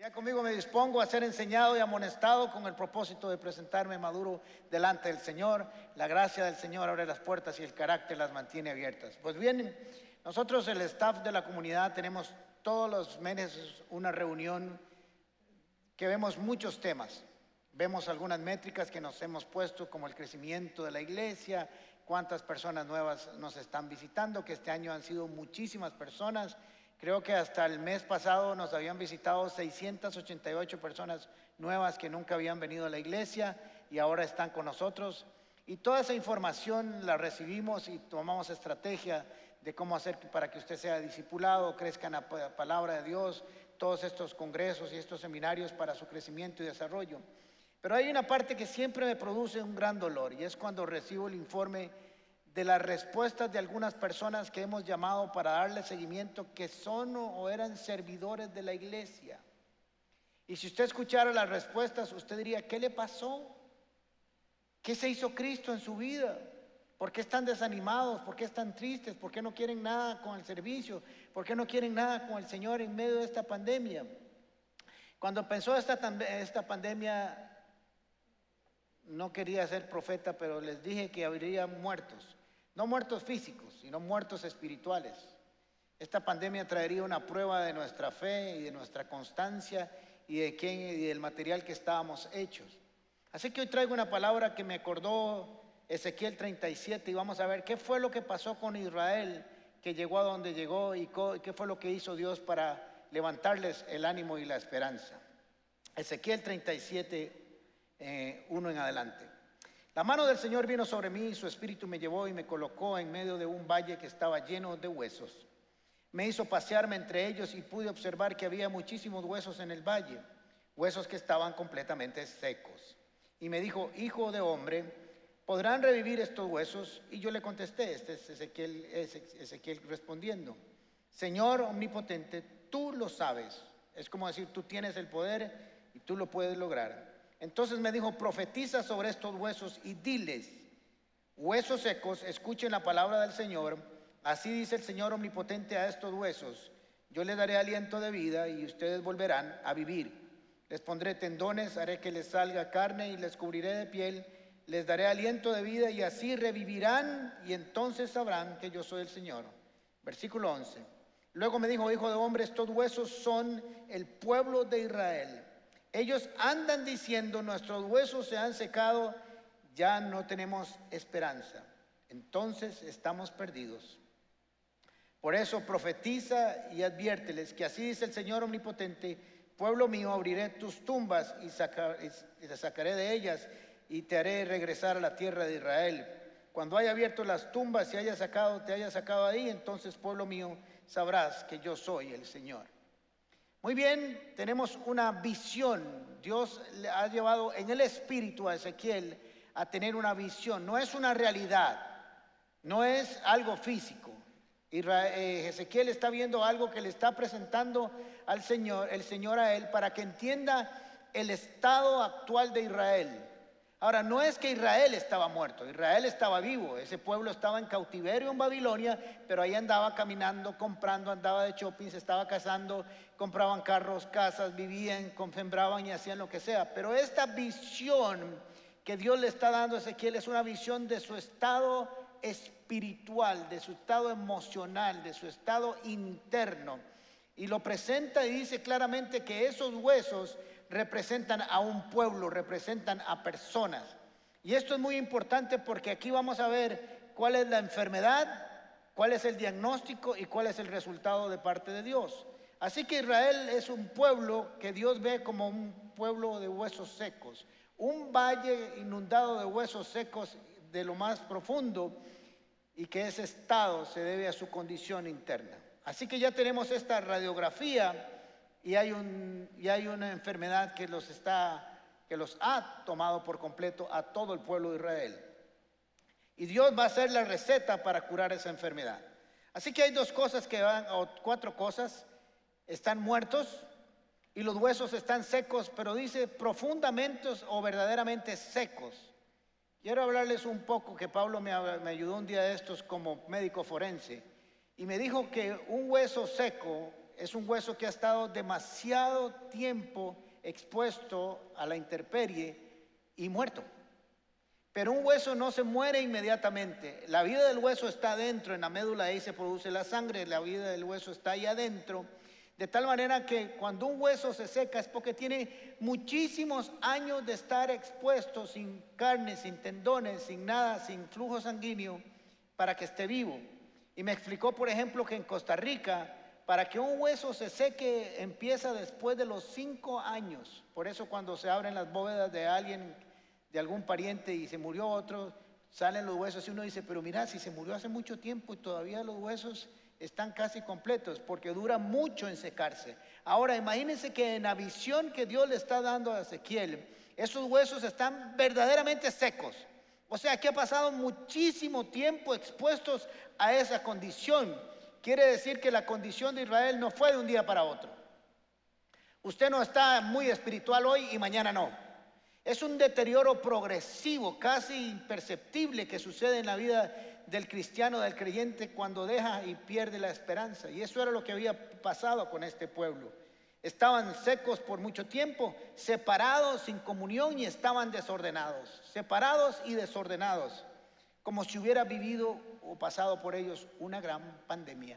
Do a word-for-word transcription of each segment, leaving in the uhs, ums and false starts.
Ya conmigo me dispongo a ser enseñado y amonestado con el propósito de presentarme maduro delante del Señor. La gracia del Señor abre las puertas y el carácter las mantiene abiertas. Pues bien, nosotros el staff de la comunidad tenemos todos los meses una reunión que vemos muchos temas. Vemos algunas métricas que nos hemos puesto, como el crecimiento de la iglesia, cuántas personas nuevas nos están visitando, que este año han sido muchísimas personas. Creo que hasta el mes pasado nos habían visitado seiscientas ochenta y ocho personas nuevas que nunca habían venido a la iglesia y ahora están con nosotros. Y toda esa información la recibimos y tomamos estrategia de cómo hacer para que usted sea discipulado, crezca en la palabra de Dios, todos estos congresos y estos seminarios para su crecimiento y desarrollo. Pero hay una parte que siempre me produce un gran dolor y es cuando recibo el informe de las respuestas de algunas personas que hemos llamado para darle seguimiento, que son o eran servidores de la iglesia. Y si usted escuchara las respuestas, usted diría, ¿qué le pasó? ¿Qué se hizo Cristo en su vida? ¿Por qué están desanimados? ¿Por qué están tristes? ¿Por qué no quieren nada con el servicio? ¿Por qué no quieren nada con el Señor en medio de esta pandemia? Cuando empezó esta, esta pandemia, no quería ser profeta, pero les dije que habría muertos. No muertos físicos, sino muertos espirituales. Esta pandemia traería una prueba de nuestra fe y de nuestra constancia y de quién y del material que estábamos hechos. Así que hoy traigo una palabra que me acordó Ezequiel treinta y siete y vamos a ver qué fue lo que pasó con Israel, que llegó a donde llegó y qué fue lo que hizo Dios para levantarles el ánimo y la esperanza. Ezequiel treinta y siete, eh, uno en adelante. La mano del Señor vino sobre mí y su espíritu me llevó y me colocó en medio de un valle que estaba lleno de huesos. Me hizo pasearme entre ellos y pude observar que había muchísimos huesos en el valle, huesos que estaban completamente secos. Y me dijo, hijo de hombre, ¿podrán revivir estos huesos? Y yo le contesté, este es Ezequiel, es Ezequiel respondiendo, Señor omnipotente, tú lo sabes. Es como decir, tú tienes el poder y tú lo puedes lograr. Entonces me dijo, profetiza sobre estos huesos y diles, huesos secos, escuchen la palabra del Señor. Así dice el Señor omnipotente a estos huesos, yo les daré aliento de vida y ustedes volverán a vivir. Les pondré tendones, haré que les salga carne y les cubriré de piel. Les daré aliento de vida y así revivirán y entonces sabrán que yo soy el Señor. Versículo once. Luego me dijo, hijo de hombre, estos huesos son el pueblo de Israel. Ellos andan diciendo, nuestros huesos se han secado, ya no tenemos esperanza. Entonces estamos perdidos. Por eso profetiza y adviérteles que así dice el Señor omnipotente, pueblo mío, abriré tus tumbas y, sacar, y te sacaré de ellas y te haré regresar a la tierra de Israel. Cuando haya abierto las tumbas y haya sacado, te haya sacado ahí, entonces pueblo mío, sabrás que yo soy el Señor. Muy bien, tenemos una visión. Dios le ha llevado en el espíritu a Ezequiel a tener una visión. No es una realidad, no es algo físico. Israel, eh, Ezequiel está viendo algo que le está presentando al Señor, el Señor a él, para que entienda el estado actual de Israel. Ahora, no es que Israel estaba muerto, Israel estaba vivo, ese pueblo estaba en cautiverio en Babilonia, pero ahí andaba caminando, comprando, andaba de shopping, se estaba casando, compraban carros, casas, vivían, sembraban y hacían lo que sea. Pero esta visión que Dios le está dando a Ezequiel es una visión de su estado espiritual, de su estado emocional, de su estado interno. Y lo presenta y dice claramente que esos huesos representan a un pueblo, representan a personas. Y esto es muy importante porque aquí vamos a ver cuál es la enfermedad, cuál es el diagnóstico y cuál es el resultado de parte de Dios. Así que Israel es un pueblo que Dios ve como un pueblo de huesos secos, un valle inundado de huesos secos de lo más profundo, y que ese estado se debe a su condición interna. Así que ya tenemos esta radiografía y hay, un, y hay una enfermedad que los, está, que los ha tomado por completo a todo el pueblo de Israel. Y Dios va a hacer la receta para curar esa enfermedad. Así que hay dos cosas que van, o cuatro cosas. Están muertos y los huesos están secos, pero dice profundamente o verdaderamente secos. Quiero hablarles un poco que Pablo me, me ayudó un día de estos como médico forense y me dijo que un hueso seco es un hueso que ha estado demasiado tiempo expuesto a la intemperie y muerto. Pero un hueso no se muere inmediatamente. La vida del hueso está adentro, en la médula, ahí se produce la sangre, la vida del hueso está ahí adentro. De tal manera que cuando un hueso se seca es porque tiene muchísimos años de estar expuesto sin carne, sin tendones, sin nada, sin flujo sanguíneo, para que esté vivo. Y me explicó, por ejemplo, que en Costa Rica, para que un hueso se seque, empieza después de los cinco años. Por eso cuando se abren las bóvedas de alguien, de algún pariente y se murió otro, salen los huesos y uno dice, pero mira, si se murió hace mucho tiempo y todavía los huesos están casi completos, porque dura mucho en secarse. Ahora imagínense que en la visión que Dios le está dando a Ezequiel, esos huesos están verdaderamente secos. O sea que ha pasado muchísimo tiempo expuestos a esa condición. Quiere decir que la condición de Israel no fue de un día para otro. Usted no está muy espiritual hoy y mañana no. Es un deterioro progresivo, casi imperceptible, que sucede en la vida del cristiano, del creyente, cuando deja y pierde la esperanza. Y eso era lo que había pasado con este pueblo. Estaban secos por mucho tiempo, separados, sin comunión, y estaban desordenados. Separados y desordenados, como si hubiera vivido o pasado por ellos una gran pandemia.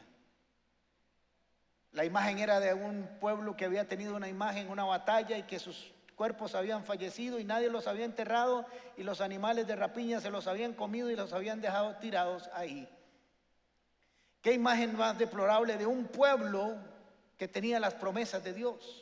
La imagen era de un pueblo que había tenido una imagen, una batalla, y que sus cuerpos habían fallecido y nadie los había enterrado, y los animales de rapiña se los habían comido y los habían dejado tirados ahí. Qué imagen más deplorable de un pueblo que tenía las promesas de Dios.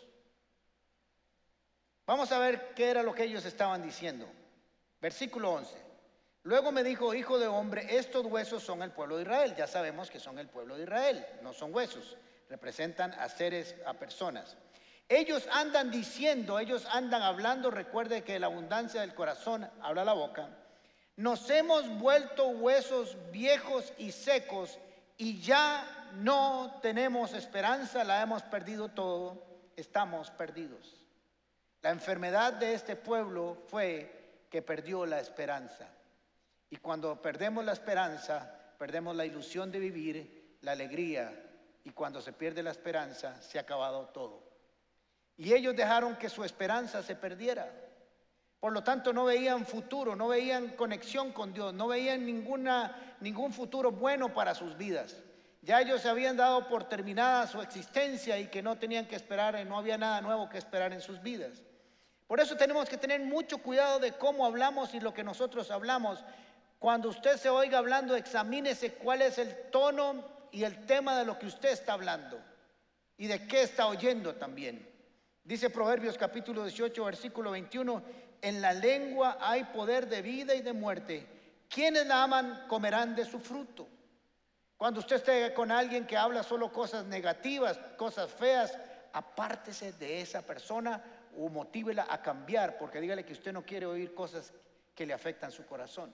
Vamos a ver qué era lo que ellos estaban diciendo. Versículo once. Luego me dijo, hijo de hombre, estos huesos son el pueblo de Israel. Ya sabemos que son el pueblo de Israel, no son huesos, representan a seres, a personas. Ellos andan diciendo, ellos andan hablando, recuerde que la abundancia del corazón habla la boca. Nos hemos vuelto huesos viejos y secos y ya no tenemos esperanza, la hemos perdido todo, estamos perdidos. La enfermedad de este pueblo fue que perdió la esperanza. Y cuando perdemos la esperanza, perdemos la ilusión de vivir, la alegría, y cuando se pierde la esperanza, se ha acabado todo. Y ellos dejaron que su esperanza se perdiera. Por lo tanto, no veían futuro, no veían conexión con Dios, no veían ninguna, ningún futuro bueno para sus vidas. Ya ellos se habían dado por terminada su existencia y que no tenían que esperar, no había nada nuevo que esperar en sus vidas. Por eso tenemos que tener mucho cuidado de cómo hablamos y lo que nosotros hablamos. Cuando usted se oiga hablando, examínese cuál es el tono y el tema de lo que usted está hablando y de qué está oyendo también. Dice Proverbios capítulo dieciocho, versículo veintiuno, en la lengua hay poder de vida y de muerte. Quienes la aman comerán de su fruto. Cuando usted esté con alguien que habla solo cosas negativas, cosas feas, apártese de esa persona o motívela a cambiar, porque dígale que usted no quiere oír cosas que le afectan su corazón.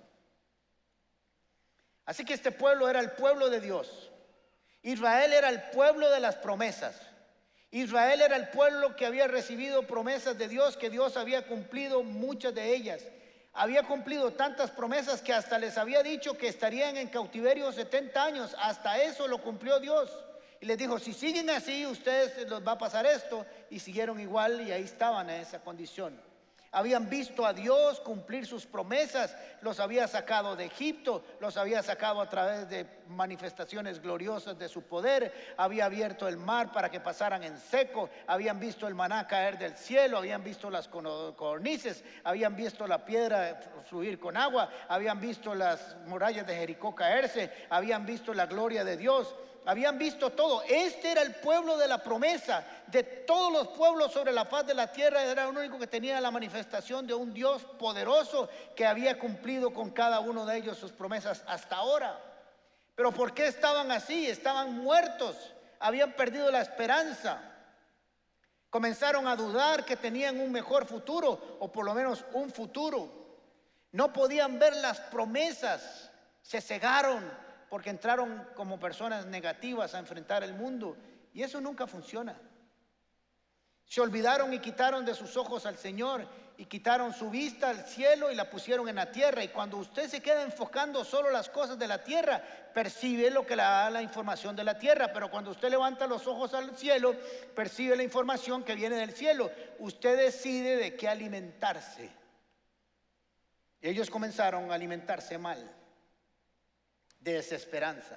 Así que este pueblo era el pueblo de Dios. Israel era el pueblo de las promesas. Israel era el pueblo que había recibido promesas de Dios, que Dios había cumplido muchas de ellas. Había cumplido tantas promesas que hasta les había dicho que estarían en cautiverio setenta años. Hasta eso lo cumplió Dios. Y les dijo, si siguen así, ustedes les va a pasar esto. Y siguieron igual y ahí estaban en esa condición. Habían visto a Dios cumplir sus promesas, los había sacado de Egipto, los había sacado a través de manifestaciones gloriosas de su poder, había abierto el mar para que pasaran en seco, habían visto el maná caer del cielo, habían visto las codornices, habían visto la piedra fluir con agua, habían visto las murallas de Jericó caerse, habían visto la gloria de Dios. Habían visto todo. Este era el pueblo de la promesa. De todos los pueblos sobre la faz de la tierra, era el único que tenía la manifestación de un Dios poderoso que había cumplido con cada uno de ellos sus promesas hasta ahora. Pero ¿por qué estaban así? Estaban muertos, habían perdido la esperanza. Comenzaron a dudar que tenían un mejor futuro, o por lo menos un futuro. No podían ver las promesas, se cegaron porque entraron como personas negativas a enfrentar el mundo, y eso nunca funciona. Se olvidaron y quitaron de sus ojos al Señor, y quitaron su vista al cielo y la pusieron en la tierra. Y cuando usted se queda enfocando solo las cosas de la tierra, percibe lo que le da la información de la tierra. Pero cuando usted levanta los ojos al cielo, percibe la información que viene del cielo. Usted decide de qué alimentarse. Y ellos comenzaron a alimentarse mal, de desesperanza.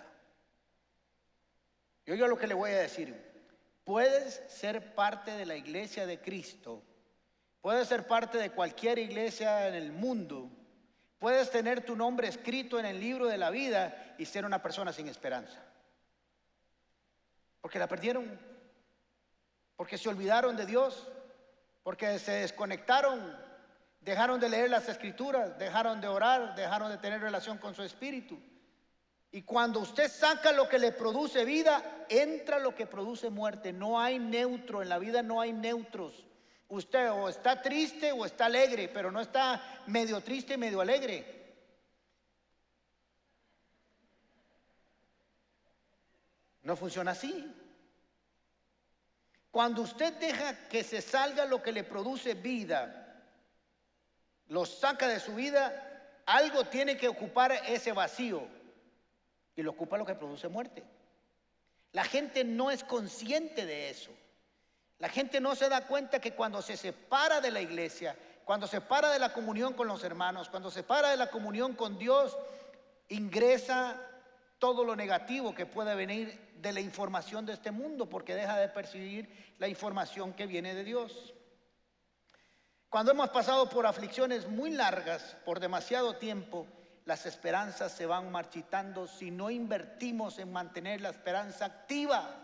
Y oiga lo que le voy a decir. Puedes ser parte de la iglesia de Cristo. Puedes ser parte de cualquier iglesia en el mundo. Puedes tener tu nombre escrito en el libro de la vida y ser una persona sin esperanza. Porque la perdieron. Porque se olvidaron de Dios. Porque se desconectaron. Dejaron de leer las escrituras. Dejaron de orar. Dejaron de tener relación con su espíritu. Y cuando usted saca lo que le produce vida, entra lo que produce muerte. No hay neutro, en la vida no hay neutros. Usted o está triste o está alegre, pero no está medio triste y medio alegre. No funciona así. Cuando usted deja que se salga lo que le produce vida, lo saca de su vida, algo tiene que ocupar ese vacío. Y lo ocupa lo que produce muerte. La gente no es consciente de eso. La gente no se da cuenta que cuando se separa de la iglesia, cuando se separa de la comunión con los hermanos, cuando se separa de la comunión con Dios, ingresa todo lo negativo que puede venir de la información de este mundo, porque deja de percibir la información que viene de Dios. Cuando hemos pasado por aflicciones muy largas, por demasiado tiempo, las esperanzas se van marchitando si no invertimos en mantener la esperanza activa.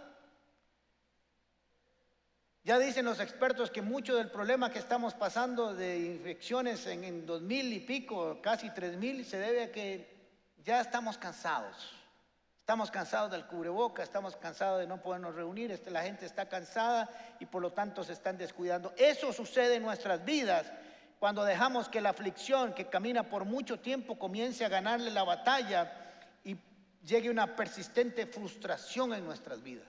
Ya dicen los expertos que mucho del problema que estamos pasando de infecciones en, en dos mil y pico, casi tres mil, se debe a que ya estamos cansados. Estamos cansados del cubreboca, estamos cansados de no podernos reunir, este, la gente está cansada y por lo tanto se están descuidando. Eso sucede en nuestras vidas cuando dejamos que la aflicción que camina por mucho tiempo comience a ganarle la batalla y llegue una persistente frustración en nuestras vidas.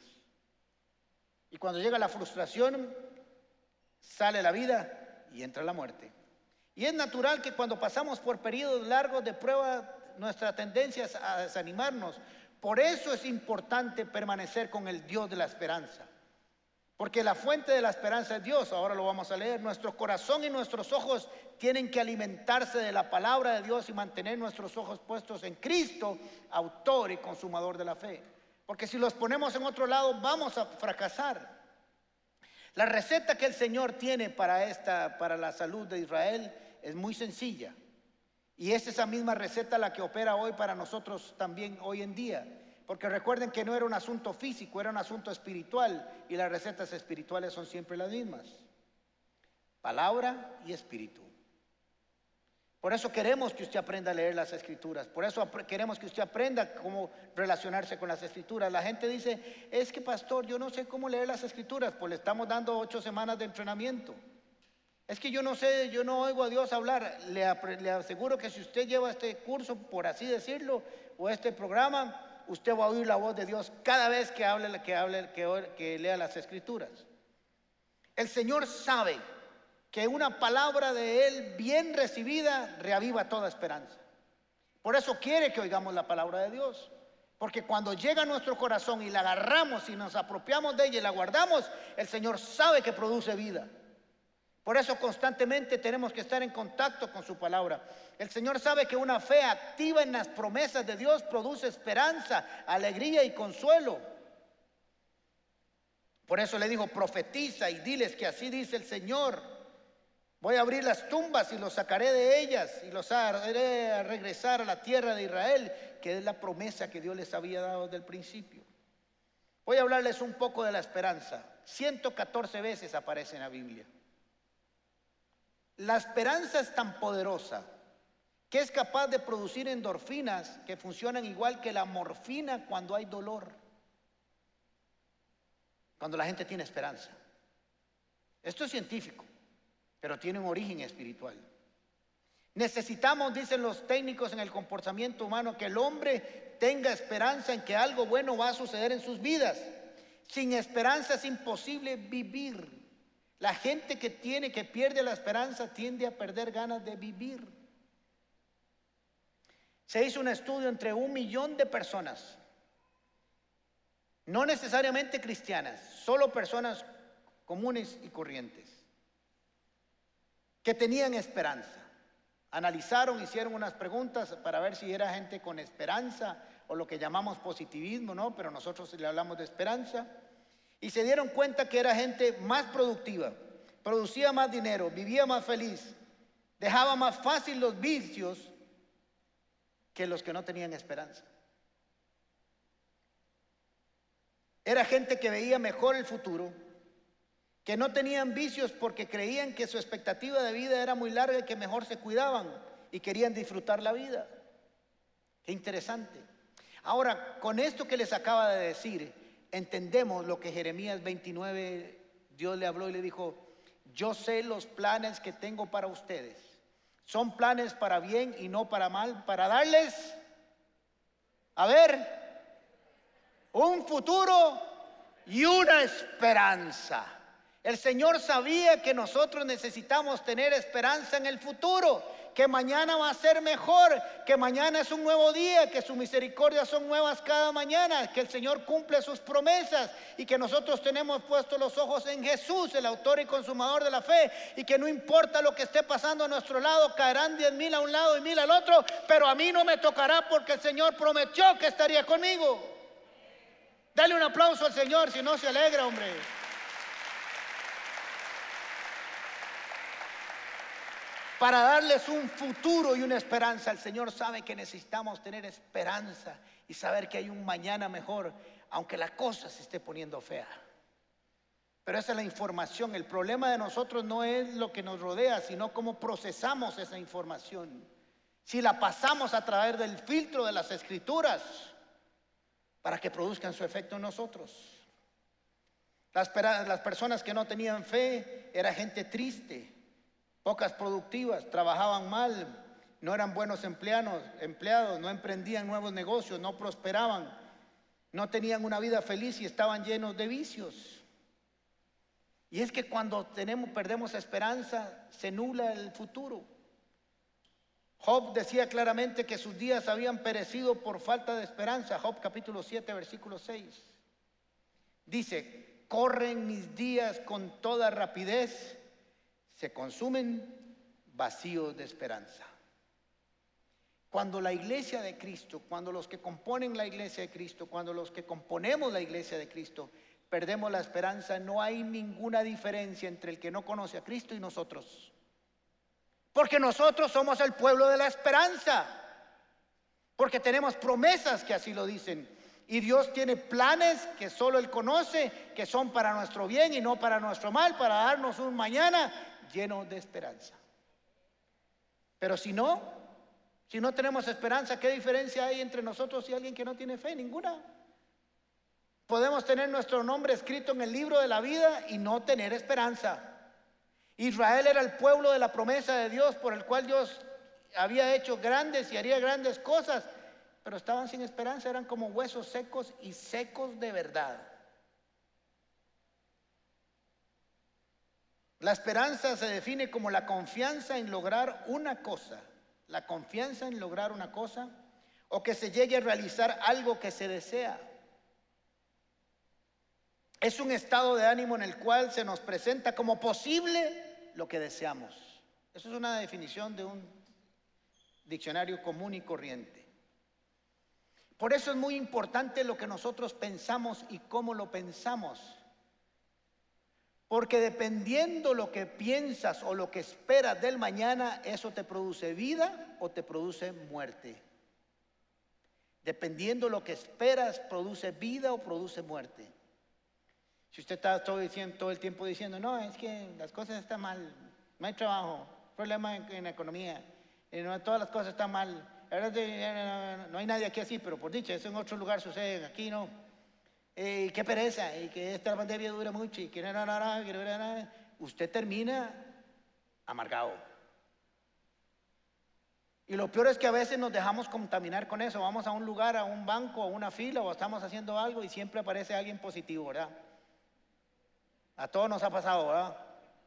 Y cuando llega la frustración, sale la vida y entra la muerte. Y es natural que cuando pasamos por periodos largos de prueba, nuestra tendencia es a desanimarnos. Por eso es importante permanecer con el Dios de la esperanza. Porque la fuente de la esperanza es Dios. Ahora lo vamos a leer. Nuestro corazón y nuestros ojos tienen que alimentarse de la palabra de Dios y mantener nuestros ojos puestos en Cristo, autor y consumador de la fe. Porque si los ponemos en otro lado, vamos a fracasar. La receta que el Señor tiene para, esta, para la salud de Israel es muy sencilla. Y es esa misma receta la que opera hoy para nosotros también hoy en día. Porque recuerden que no era un asunto físico, era un asunto espiritual. Y las recetas espirituales son siempre las mismas. Palabra y espíritu. Por eso queremos que usted aprenda a leer las escrituras. Por eso queremos que usted aprenda cómo relacionarse con las escrituras. La gente dice, es que pastor, yo no sé cómo leer las escrituras. Pues le estamos dando ocho semanas de entrenamiento. Es que yo no sé, yo no oigo a Dios hablar. Le, le aseguro que si usted lleva este curso, por así decirlo, o este programa, usted va a oír la voz de Dios cada vez que hable, que, hable, que, que lea las escrituras. El Señor sabe que una palabra de Él bien recibida reaviva toda esperanza. Por eso quiere que oigamos la palabra de Dios. Porque cuando llega a nuestro corazón y la agarramos y nos apropiamos de ella y la guardamos, el Señor sabe que produce vida. Por eso constantemente tenemos que estar en contacto con su palabra. El Señor sabe que una fe activa en las promesas de Dios produce esperanza, alegría y consuelo. Por eso le dijo, profetiza y diles que así dice el Señor. Voy a abrir las tumbas y los sacaré de ellas y los haré a regresar a la tierra de Israel, que es la promesa que Dios les había dado desde el principio. Voy a hablarles un poco de la esperanza. ciento catorce veces aparece en la Biblia. La esperanza es tan poderosa que es capaz de producir endorfinas que funcionan igual que la morfina cuando hay dolor. Cuando la gente tiene esperanza. Esto es científico, pero tiene un origen espiritual. Necesitamos, dicen los técnicos en el comportamiento humano, que el hombre tenga esperanza en que algo bueno va a suceder en sus vidas. Sin esperanza es imposible vivir. La gente que tiene, que pierde la esperanza, tiende a perder ganas de vivir. Se hizo un estudio entre un millón de personas, no necesariamente cristianas, solo personas comunes y corrientes, que tenían esperanza. Analizaron, hicieron unas preguntas para ver si era gente con esperanza o lo que llamamos positivismo, ¿no? Pero nosotros le hablamos de esperanza. Y se dieron cuenta que era gente más productiva, producía más dinero, vivía más feliz, dejaba más fácil los vicios que los que no tenían esperanza. Era gente que veía mejor el futuro, que no tenían vicios porque creían que su expectativa de vida era muy larga y que mejor se cuidaban y querían disfrutar la vida. Qué interesante. Ahora, con esto que les acaba de decir, entendemos lo que Jeremías veintinueve, Dios le habló y le dijo: yo sé los planes que tengo para ustedes. Son planes para bien y no para mal, para darles, a ver, un futuro y una esperanza. El Señor sabía que nosotros necesitamos tener esperanza en el futuro, que mañana va a ser mejor, que mañana es un nuevo día, que sus misericordias son nuevas cada mañana, que el Señor cumple sus promesas y que nosotros tenemos puestos los ojos en Jesús, el autor y consumador de la fe, y que no importa lo que esté pasando a nuestro lado, caerán diez mil a un lado y mil al otro, pero a mí no me tocará porque el Señor prometió que estaría conmigo. Dale un aplauso al Señor si no se alegra, hombre. Para darles un futuro y una esperanza. El Señor sabe que necesitamos tener esperanza y saber que hay un mañana mejor, aunque la cosa se esté poniendo fea. Pero esa es la información. El problema de nosotros no es lo que nos rodea, sino cómo procesamos esa información. Si la pasamos a través del filtro de las Escrituras para que produzcan su efecto en nosotros. Las, las personas que no tenían fe era gente triste, pocas productivas, trabajaban mal, no eran buenos empleados, empleados, no emprendían nuevos negocios, no prosperaban, no tenían una vida feliz y estaban llenos de vicios. Y es que cuando tenemos, perdemos esperanza, se nubla el futuro. Job decía claramente que sus días habían perecido por falta de esperanza. Job capítulo siete, versículo seis. Dice: corren mis días con toda rapidez, se consumen vacíos de esperanza. Cuando la iglesia de Cristo, cuando los que componen la iglesia de Cristo, cuando los que componemos la iglesia de Cristo perdemos la esperanza, no hay ninguna diferencia entre el que no conoce a Cristo y nosotros. Porque nosotros somos el pueblo de la esperanza, porque tenemos promesas que así lo dicen, y Dios tiene planes que solo Él conoce, que son para nuestro bien y no para nuestro mal, para darnos un mañana lleno de esperanza. Pero si no, si no tenemos esperanza, ¿qué diferencia hay entre nosotros y alguien que no tiene fe? Ninguna. Podemos tener nuestro nombre escrito en el libro de la vida y no tener esperanza. Israel era el pueblo de la promesa de Dios, por el cual Dios había hecho grandes y haría grandes cosas, pero estaban sin esperanza, eran como huesos secos y secos de verdad. La esperanza se define como la confianza en lograr una cosa, la confianza en lograr una cosa, o que se llegue a realizar algo que se desea. Es un estado de ánimo en el cual se nos presenta como posible lo que deseamos. Eso es una definición de un diccionario común y corriente. Por eso es muy importante lo que nosotros pensamos y cómo lo pensamos. Porque dependiendo lo que piensas o lo que esperas del mañana, eso te produce vida o te produce muerte. Dependiendo lo que esperas, produce vida o produce muerte. Si usted está todo, diciendo, todo el tiempo diciendo, no, es que las cosas están mal, no hay trabajo, problema en, en la economía, eh, no, todas las cosas están mal, la verdad es que, eh, no hay nadie aquí así, pero por dicha, eso en otro lugar sucede, aquí no. Eh, qué pereza, y que esta pandemia dura mucho, y que no, no, no, no, que no, no, no. Usted termina amargado. Y lo peor es que a veces nos dejamos contaminar con eso, vamos a un lugar, a un banco, a una fila, o estamos haciendo algo y siempre aparece alguien positivo, ¿verdad? A todos nos ha pasado, ¿verdad?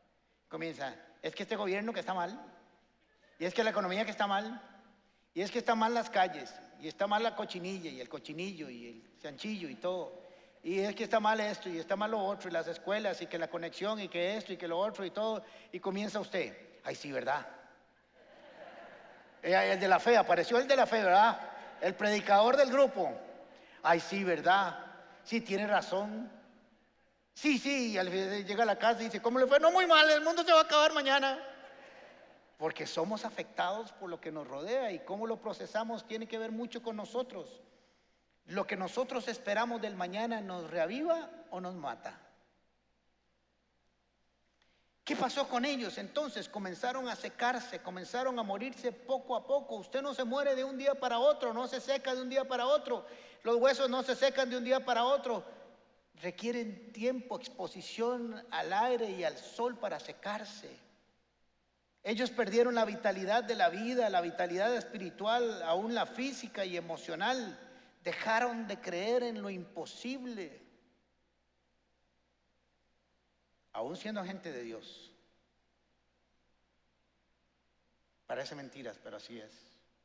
Comienza, es que este gobierno que está mal, y es que la economía que está mal, y es que están mal las calles, y está mal la cochinilla, y el cochinillo, y el chanchillo, y todo. Y es que está mal esto, y está mal lo otro, y las escuelas, y que la conexión, y que esto, y que lo otro, y todo. Y comienza usted, ay sí, ¿verdad? El de la fe, apareció el de la fe, ¿verdad? El predicador del grupo. Ay sí, ¿verdad? Sí, tiene razón. Sí, sí, y al final llega a la casa y dice, ¿cómo le fue? No, muy mal, el mundo se va a acabar mañana. Porque somos afectados por lo que nos rodea y cómo lo procesamos tiene que ver mucho con nosotros. Lo que nosotros esperamos del mañana nos reaviva o nos mata. ¿Qué pasó con ellos? Entonces comenzaron a secarse, comenzaron a morirse poco a poco. Usted no se muere de un día para otro, no se seca de un día para otro. Los huesos no se secan de un día para otro. Requieren tiempo, exposición al aire y al sol para secarse. Ellos perdieron la vitalidad de la vida, la vitalidad espiritual, aún la física y emocional. Dejaron de creer en lo imposible. Aún siendo gente de Dios. Parece mentiras, pero así es.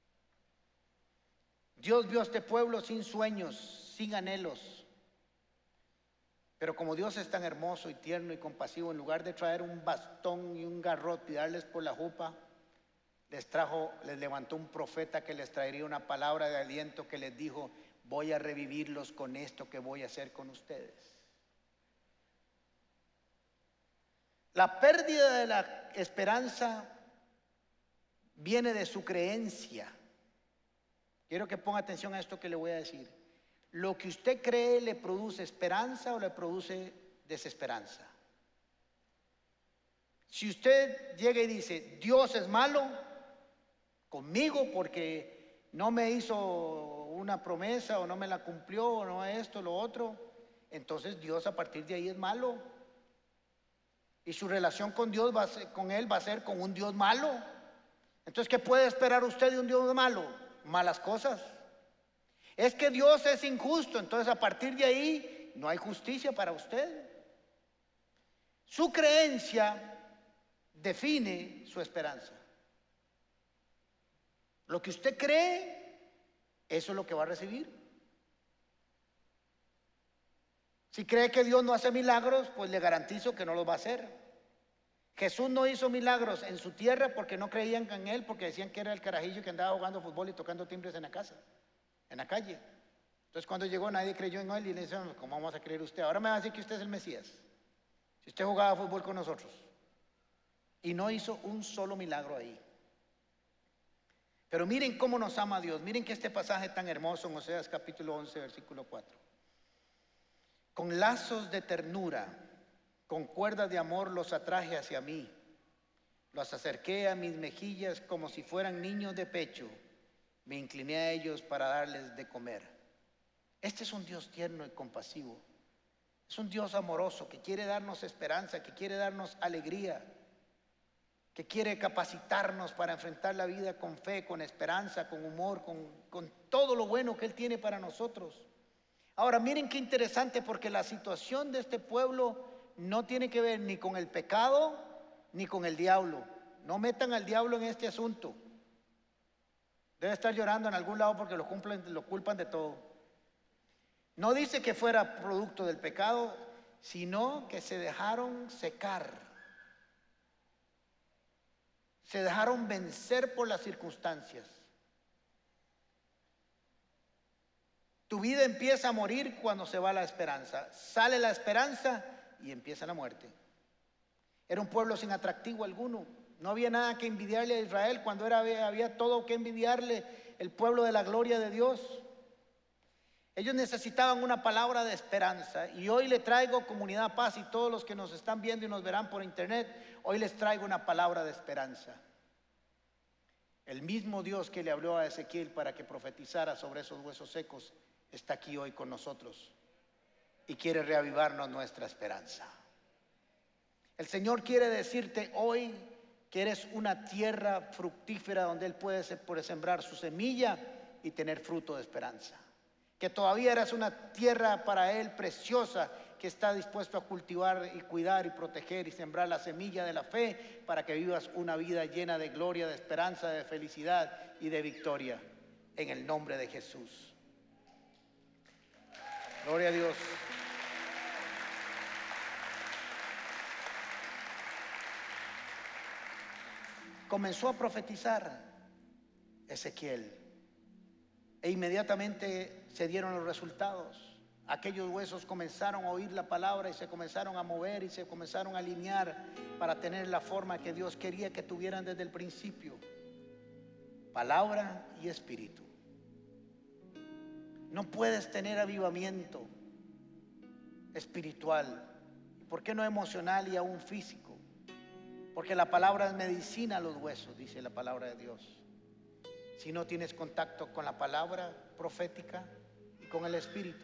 Dios vio a este pueblo sin sueños, sin anhelos. Pero como Dios es tan hermoso y tierno y compasivo, en lugar de traer un bastón y un garrote y darles por la jupa, les trajo, les levantó un profeta que les traería una palabra de aliento que les dijo, voy a revivirlos con esto que voy a hacer con ustedes. La pérdida de la esperanza viene de su creencia. Quiero que ponga atención a esto que le voy a decir. ¿Lo que usted cree le produce esperanza o le produce desesperanza? Si usted llega y dice, Dios es malo conmigo porque no me hizo una promesa o no me la cumplió o no esto, lo otro, entonces Dios a partir de ahí es malo. Y su relación con Dios va a ser, con Él va a ser con un Dios malo. Entonces, ¿qué puede esperar usted de un Dios malo? Malas cosas. Es que Dios es injusto, entonces a partir de ahí no hay justicia para usted. Su creencia define su esperanza. Lo que usted cree, eso es lo que va a recibir. Si cree que Dios no hace milagros, pues le garantizo que no los va a hacer. Jesús no hizo milagros en su tierra porque no creían en Él, porque decían que era el carajillo que andaba jugando fútbol y tocando timbres en la casa, en la calle. Entonces cuando llegó nadie creyó en Él y le dijeron, ¿cómo vamos a creer usted? Ahora me va a decir que usted es el Mesías. Si usted jugaba fútbol con nosotros. Y no hizo un solo milagro ahí. Pero miren cómo nos ama Dios. Miren que este pasaje tan hermoso en Oseas capítulo once, versículo cuatro. Con lazos de ternura, con cuerdas de amor los atraje hacia mí. Los acerqué a mis mejillas como si fueran niños de pecho. Me incliné a ellos para darles de comer. Este es un Dios tierno y compasivo. Es un Dios amoroso que quiere darnos esperanza, que quiere darnos alegría, que quiere capacitarnos para enfrentar la vida con fe, con esperanza, con humor, con, con todo lo bueno que Él tiene para nosotros. Ahora miren qué interesante, porque la situación de este pueblo no tiene que ver ni con el pecado ni con el diablo. No metan al diablo en este asunto. Debe estar llorando en algún lado porque lo, cumplen, lo culpan de todo. No dice que fuera producto del pecado, sino que se dejaron secar. Se dejaron vencer por las circunstancias. Tu vida empieza a morir cuando se va la esperanza. Sale la esperanza y empieza la muerte. Era un pueblo sin atractivo alguno. No había nada que envidiarle a Israel cuando era, había todo que envidiarle el pueblo de la gloria de Dios. Ellos necesitaban una palabra de esperanza. Y hoy le traigo, Comunidad Paz, y todos los que nos están viendo y nos verán por internet, hoy les traigo una palabra de esperanza. El mismo Dios que le habló a Ezequiel para que profetizara sobre esos huesos secos está aquí hoy con nosotros y quiere reavivarnos nuestra esperanza. El Señor quiere decirte hoy que eres una tierra fructífera donde Él puede, puede sembrar su semilla y tener fruto de esperanza. que todavía eres una tierra para Él preciosa, que está dispuesto a cultivar y cuidar y proteger y sembrar la semilla de la fe para que vivas una vida llena de gloria, de esperanza, de felicidad y de victoria, en el nombre de Jesús. Gloria a Dios. Comenzó a profetizar Ezequiel e inmediatamente se dieron los resultados. Aquellos huesos comenzaron a oír la palabra y se comenzaron a mover y se comenzaron a alinear para tener la forma que Dios quería que tuvieran desde el principio: palabra y espíritu. No puedes tener avivamiento espiritual, ¿por qué no emocional y aún físico? Porque la palabra es medicina a los huesos, dice la palabra de Dios. Si no tienes contacto con la palabra profética y con el espíritu.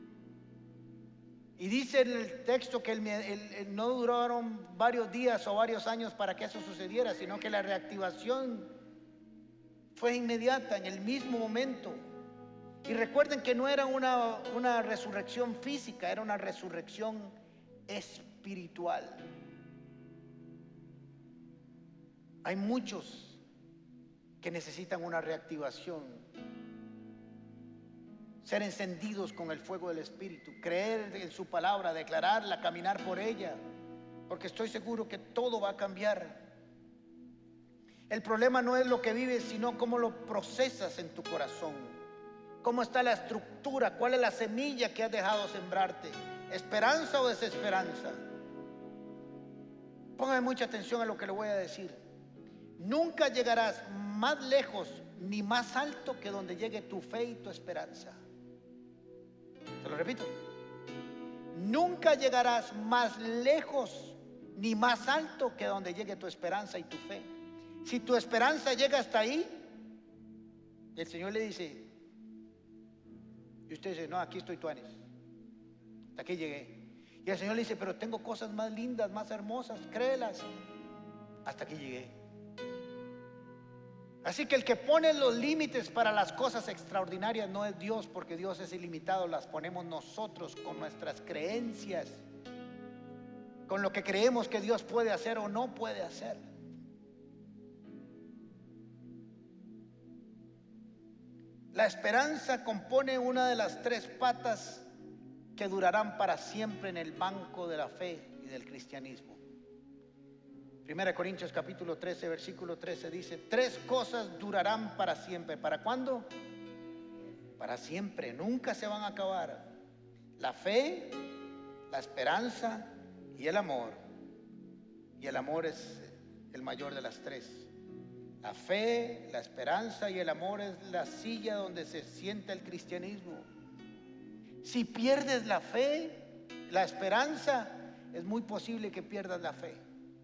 Y dice en el texto que el, el, el, no duraron varios días o varios años para que eso sucediera, sino que la reactivación fue inmediata, en el mismo momento. Y recuerden que no era una, una resurrección física, era una resurrección espiritual. Hay muchos que necesitan una reactivación, ser encendidos con el fuego del Espíritu, creer en su palabra, declararla, caminar por ella, porque estoy seguro que todo va a cambiar. El problema no es lo que vives, sino cómo lo procesas en tu corazón, cómo está la estructura, cuál es la semilla que has dejado sembrarte, esperanza o desesperanza. Póngame mucha atención a lo que le voy a decir. Nunca llegarás más lejos ni más alto que donde llegue tu fe y tu esperanza. Se lo repito. Nunca llegarás más lejos ni más alto que donde llegue tu esperanza y tu fe. Si tu esperanza llega hasta ahí, el Señor le dice, y usted dice, no, aquí estoy tuanis, hasta aquí llegué. Y el Señor le dice, pero tengo cosas más lindas, más hermosas, créelas, hasta aquí llegué. Así que el que pone los límites para las cosas extraordinarias no es Dios, porque Dios es ilimitado, las ponemos nosotros con nuestras creencias, con lo que creemos que Dios puede hacer o no puede hacer. La esperanza compone una de las tres patas que durarán para siempre en el banco de la fe y del cristianismo. Primera Corintios capítulo trece, versículo trece dice, tres cosas durarán para siempre. ¿Para cuándo? Para siempre, nunca se van a acabar. La fe, la esperanza y el amor. Y el amor es el mayor de las tres. La fe, la esperanza y el amor es la silla donde se sienta el cristianismo. Si pierdes la fe, la esperanza, es muy posible que pierdas la fe.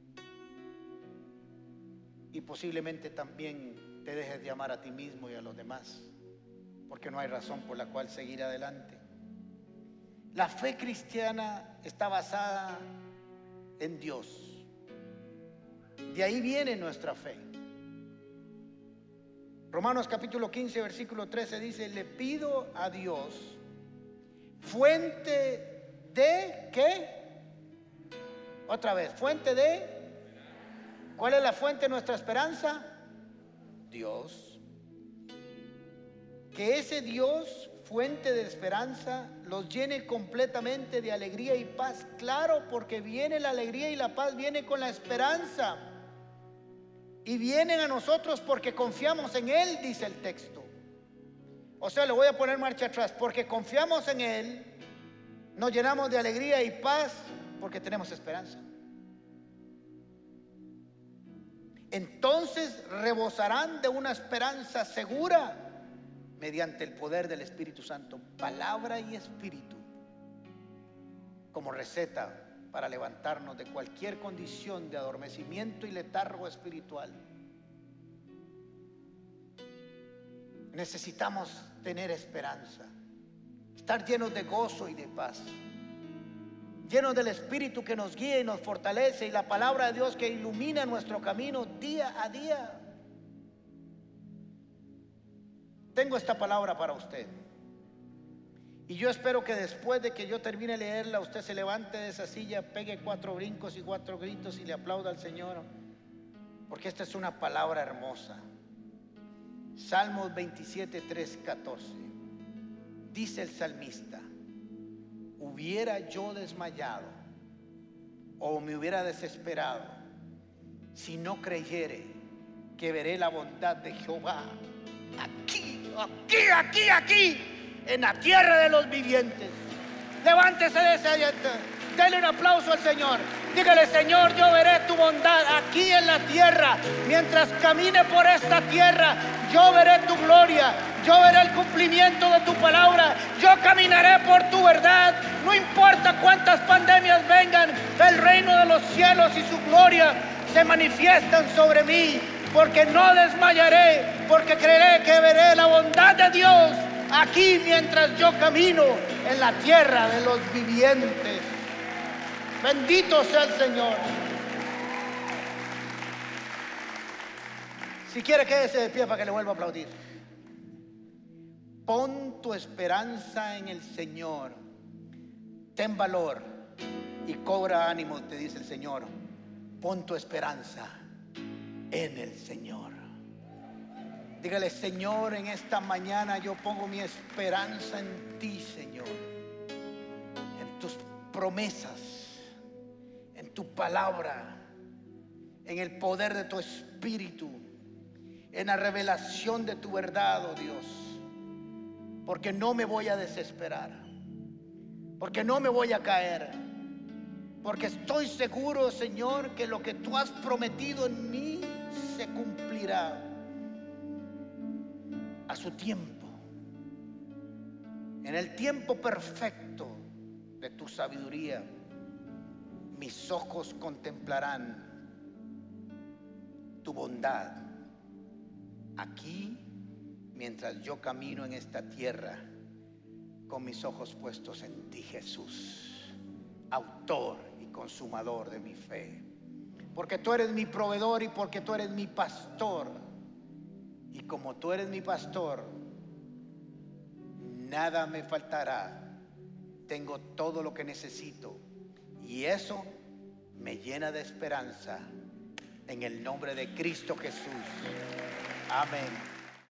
Y posiblemente también te dejes de amar a ti mismo y a los demás, porque no hay razón por la cual seguir adelante. La fe cristiana está basada en Dios. De ahí viene nuestra fe. Romanos capítulo quince, versículo trece dice, le pido a Dios, fuente de ¿qué? Otra vez, fuente de... ¿Cuál es la fuente de nuestra esperanza? Dios. Que ese Dios, fuente de esperanza, los llene completamente de alegría y paz. Claro, porque viene la alegría y la paz, viene con la esperanza. Y vienen a nosotros porque confiamos en Él, dice el texto. O sea, le voy a poner marcha atrás. Porque confiamos en Él, nos llenamos de alegría y paz porque tenemos esperanza. Entonces rebosarán de una esperanza segura mediante el poder del Espíritu Santo, palabra y espíritu, como receta para levantarnos de cualquier condición de adormecimiento y letargo espiritual. Necesitamos tener esperanza, estar llenos de gozo y de paz, llenos del Espíritu que nos guía y nos fortalece, y la palabra de Dios que ilumina nuestro camino día a día. Tengo esta palabra para usted. Y yo espero que después de que yo termine de leerla, usted se levante de esa silla, pegue cuatro brincos y cuatro gritos y le aplauda al Señor, porque esta es una palabra hermosa. Salmos veintisiete, tres, catorce. Dice el salmista: hubiera yo desmayado o me hubiera desesperado si no creyere que veré la bondad de Jehová aquí, aquí, aquí, aquí, en la tierra de los vivientes. Levántese de ese asiento, dele un aplauso al Señor. Dígale: Señor, yo veré tu bondad aquí en la tierra. Mientras camine por esta tierra, yo veré tu gloria, yo veré el cumplimiento de tu palabra, yo caminaré por tu verdad. No importa cuántas pandemias vengan, el reino de los cielos y su gloria se manifiestan sobre mí, porque no desmayaré, porque creeré que veré la bondad de Dios aquí mientras yo camino en la tierra de los vivientes. Bendito sea el Señor. Si quiere, quédese de pie para que le vuelva a aplaudir. Pon tu esperanza en el Señor. Ten valor y cobra ánimo, te dice el Señor. Pon tu esperanza en el Señor. Dígale: Señor, en esta mañana yo pongo mi esperanza en ti, Señor, en tus promesas, en tu palabra, en el poder de tu espíritu, en la revelación de tu verdad, oh Dios. Porque no me voy a desesperar, porque no me voy a caer, porque estoy seguro, Señor, que lo que tú has prometido en mí se cumplirá a su tiempo, en el tiempo perfecto de tu sabiduría. Mis ojos contemplarán tu bondad aquí mientras yo camino en esta tierra con mis ojos puestos en ti, Jesús, autor y consumador de mi fe. Porque tú eres mi proveedor y porque tú eres mi pastor. Y como tú eres mi pastor, nada me faltará. Tengo todo lo que necesito. Y eso me llena de esperanza en el nombre de Cristo Jesús. Amén.